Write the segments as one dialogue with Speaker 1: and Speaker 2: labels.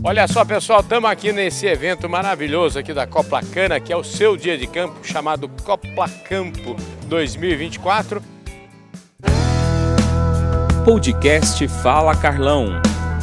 Speaker 1: Olha só, pessoal, estamos aqui nesse evento maravilhoso aqui da Coplacana, que é o seu dia de campo, chamado Coplacampo 2024.
Speaker 2: Podcast Fala Carlão.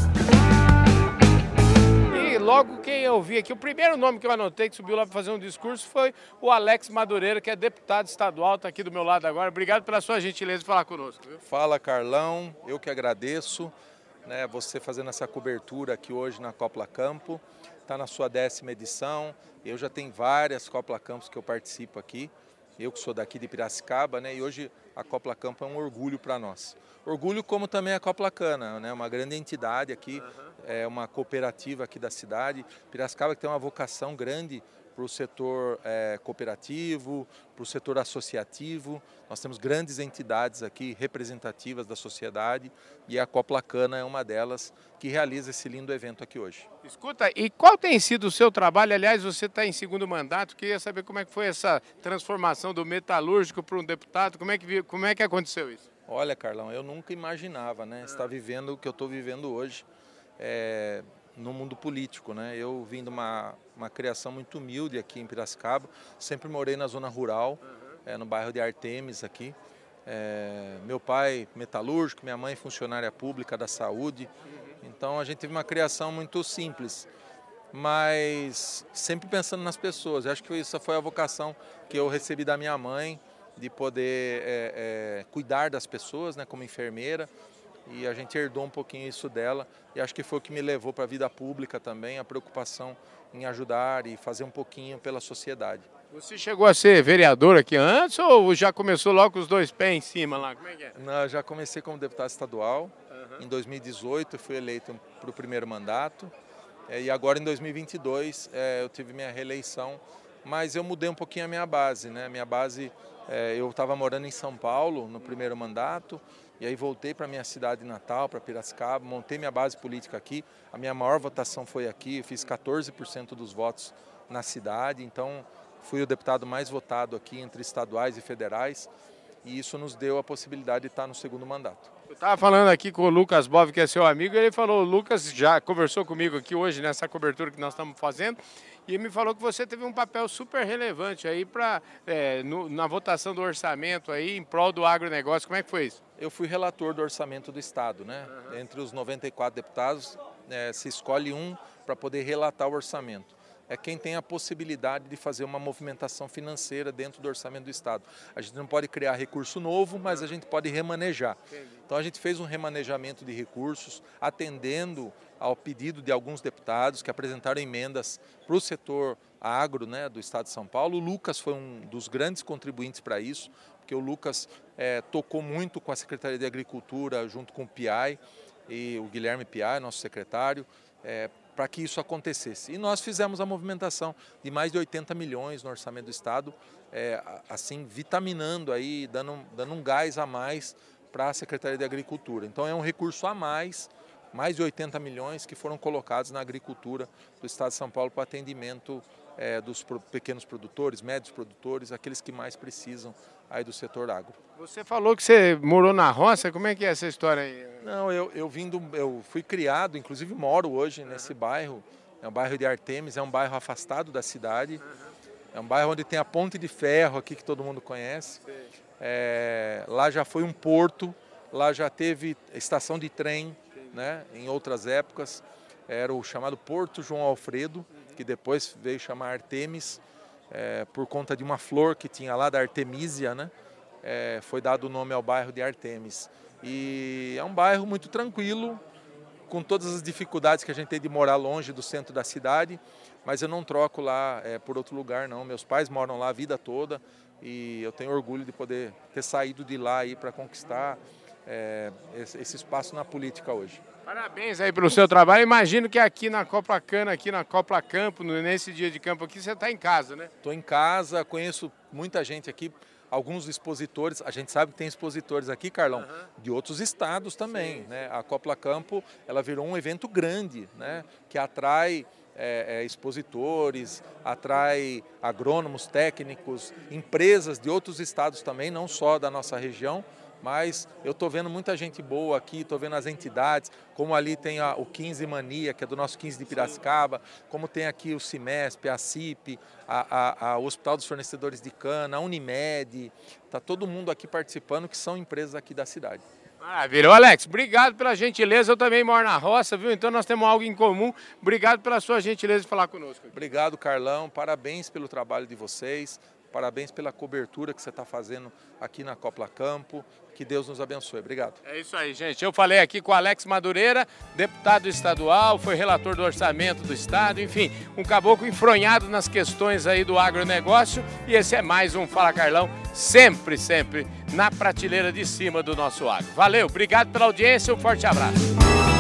Speaker 1: E logo quem eu vi aqui, o primeiro nome que eu anotei que subiu lá para fazer um discurso foi o Alex Madureira, que é deputado estadual, está aqui do meu lado agora. Obrigado pela sua gentileza de falar conosco. Viu?
Speaker 3: Fala Carlão, eu que agradeço. Você fazendo essa cobertura aqui hoje na Coplacampo, está na sua 10ª edição, eu já tenho várias Coplacampos que eu participo aqui, eu que sou daqui de Piracicaba, e hoje a Coplacampo é um orgulho para nós. Orgulho como também a Coplacana, uma grande entidade aqui, é uma cooperativa aqui da cidade, Piracicaba que tem uma vocação grande para o setor cooperativo, para o setor associativo. Nós temos grandes entidades aqui representativas da sociedade e a Coplacana é uma delas que realiza esse lindo evento aqui hoje.
Speaker 1: Escuta, e qual tem sido o seu trabalho? Aliás, você está em segundo mandato, queria saber como é que foi essa transformação do metalúrgico para um deputado, como é que aconteceu isso?
Speaker 3: Olha, Carlão, eu nunca imaginava estar vivendo o que eu estou vivendo hoje. No mundo político, Eu vim de uma criação muito humilde aqui em Piracicaba, sempre morei na zona rural, no bairro de Artemis aqui. Meu pai metalúrgico, minha mãe funcionária pública da saúde, então a gente teve uma criação muito simples, mas sempre pensando nas pessoas. Eu acho que essa foi a vocação que eu recebi da minha mãe, de poder cuidar das pessoas, como enfermeira. E a gente herdou um pouquinho isso dela e acho que foi o que me levou para a vida pública também, a preocupação em ajudar e fazer um pouquinho pela sociedade.
Speaker 1: Você chegou a ser vereador aqui antes ou já começou logo com os dois pés em cima lá? Como é que é?
Speaker 3: Não, já comecei como deputado estadual, em 2018 fui eleito para o primeiro mandato e agora em 2022 eu tive minha reeleição, mas eu mudei um pouquinho a minha base, Minha base, eu estava morando em São Paulo no primeiro mandato, e aí voltei para a minha cidade natal, para Piracicaba, montei minha base política aqui. A minha maior votação foi aqui, eu fiz 14% dos votos na cidade, então fui o deputado mais votado aqui entre estaduais e federais, e isso nos deu a possibilidade de estar no segundo mandato.
Speaker 1: Eu estava falando aqui com o Lucas Bov, que é seu amigo, e ele falou, o Lucas já conversou comigo aqui hoje nessa cobertura que nós estamos fazendo, e ele me falou que você teve um papel super relevante aí na votação do orçamento aí em prol do agronegócio. Como é que foi isso?
Speaker 3: Eu fui relator do orçamento do Estado, Entre os 94 deputados, se escolhe um para poder relatar o orçamento. É quem tem a possibilidade de fazer uma movimentação financeira dentro do orçamento do Estado. A gente não pode criar recurso novo, mas a gente pode remanejar. Então a gente fez um remanejamento de recursos, atendendo ao pedido de alguns deputados que apresentaram emendas para o setor agro do Estado de São Paulo. O Lucas foi um dos grandes contribuintes para isso, porque o Lucas tocou muito com a Secretaria de Agricultura, junto com o PIAI, e o Guilherme PIAI, nosso secretário, para que isso acontecesse. E nós fizemos a movimentação de mais de 80 milhões no orçamento do Estado, assim, vitaminando aí, dando um gás a mais para a Secretaria de Agricultura. Então é um recurso a mais de 80 milhões que foram colocados na agricultura do Estado de São Paulo para atendimento dos pequenos produtores, médios produtores, aqueles que mais precisam aí do setor agro.
Speaker 1: Você falou que você morou na roça, como é que é essa história aí?
Speaker 3: Não, eu fui criado, inclusive moro hoje nesse bairro, é o bairro de Artemis, é um bairro afastado da cidade, é um bairro onde tem a ponte de ferro aqui que todo mundo conhece, lá já foi um porto, lá já teve estação de trem, em outras épocas, era o chamado Porto João Alfredo, que depois veio chamar Artemis, por conta de uma flor que tinha lá da Artemisia, foi dado o nome ao bairro de Artemis. E é um bairro muito tranquilo, com todas as dificuldades que a gente tem de morar longe do centro da cidade, mas eu não troco lá por outro lugar, não. Meus pais moram lá a vida toda e eu tenho orgulho de poder ter saído de lá para conquistar esse espaço na política hoje.
Speaker 1: Parabéns aí pelo seu trabalho. Imagino que aqui na Coplacana, aqui na Coplacampo, nesse dia de campo aqui, você está em casa, né?
Speaker 3: Estou em casa, conheço muita gente aqui, alguns expositores. A gente sabe que tem expositores aqui, Carlão, de outros estados também.
Speaker 1: Sim.
Speaker 3: A Coplacampo, ela virou um evento grande, que atrai expositores, atrai agrônomos, técnicos, empresas de outros estados também, não só da nossa região, Mas eu estou vendo muita gente boa aqui, estou vendo as entidades, como ali tem o 15 Mania, que é do nosso 15 de Piracicaba, como tem aqui o CIMESP, a CIP, o Hospital dos Fornecedores de Cana, a Unimed, está todo mundo aqui participando, que são empresas aqui da cidade.
Speaker 1: Maravilha. Alex, obrigado pela gentileza, eu também moro na roça, viu? Então nós temos algo em comum. Obrigado pela sua gentileza de falar conosco.
Speaker 3: Obrigado, Carlão, parabéns pelo trabalho de vocês. Parabéns pela cobertura que você está fazendo aqui na Copla Campo. Que Deus nos abençoe. Obrigado.
Speaker 1: É isso aí, gente. Eu falei aqui com o Alex Madureira, deputado estadual, foi relator do orçamento do estado, enfim, um caboclo enfronhado nas questões aí do agronegócio. E esse é mais um Fala Carlão, sempre, sempre na prateleira de cima do nosso agro. Valeu, obrigado pela audiência, um forte abraço.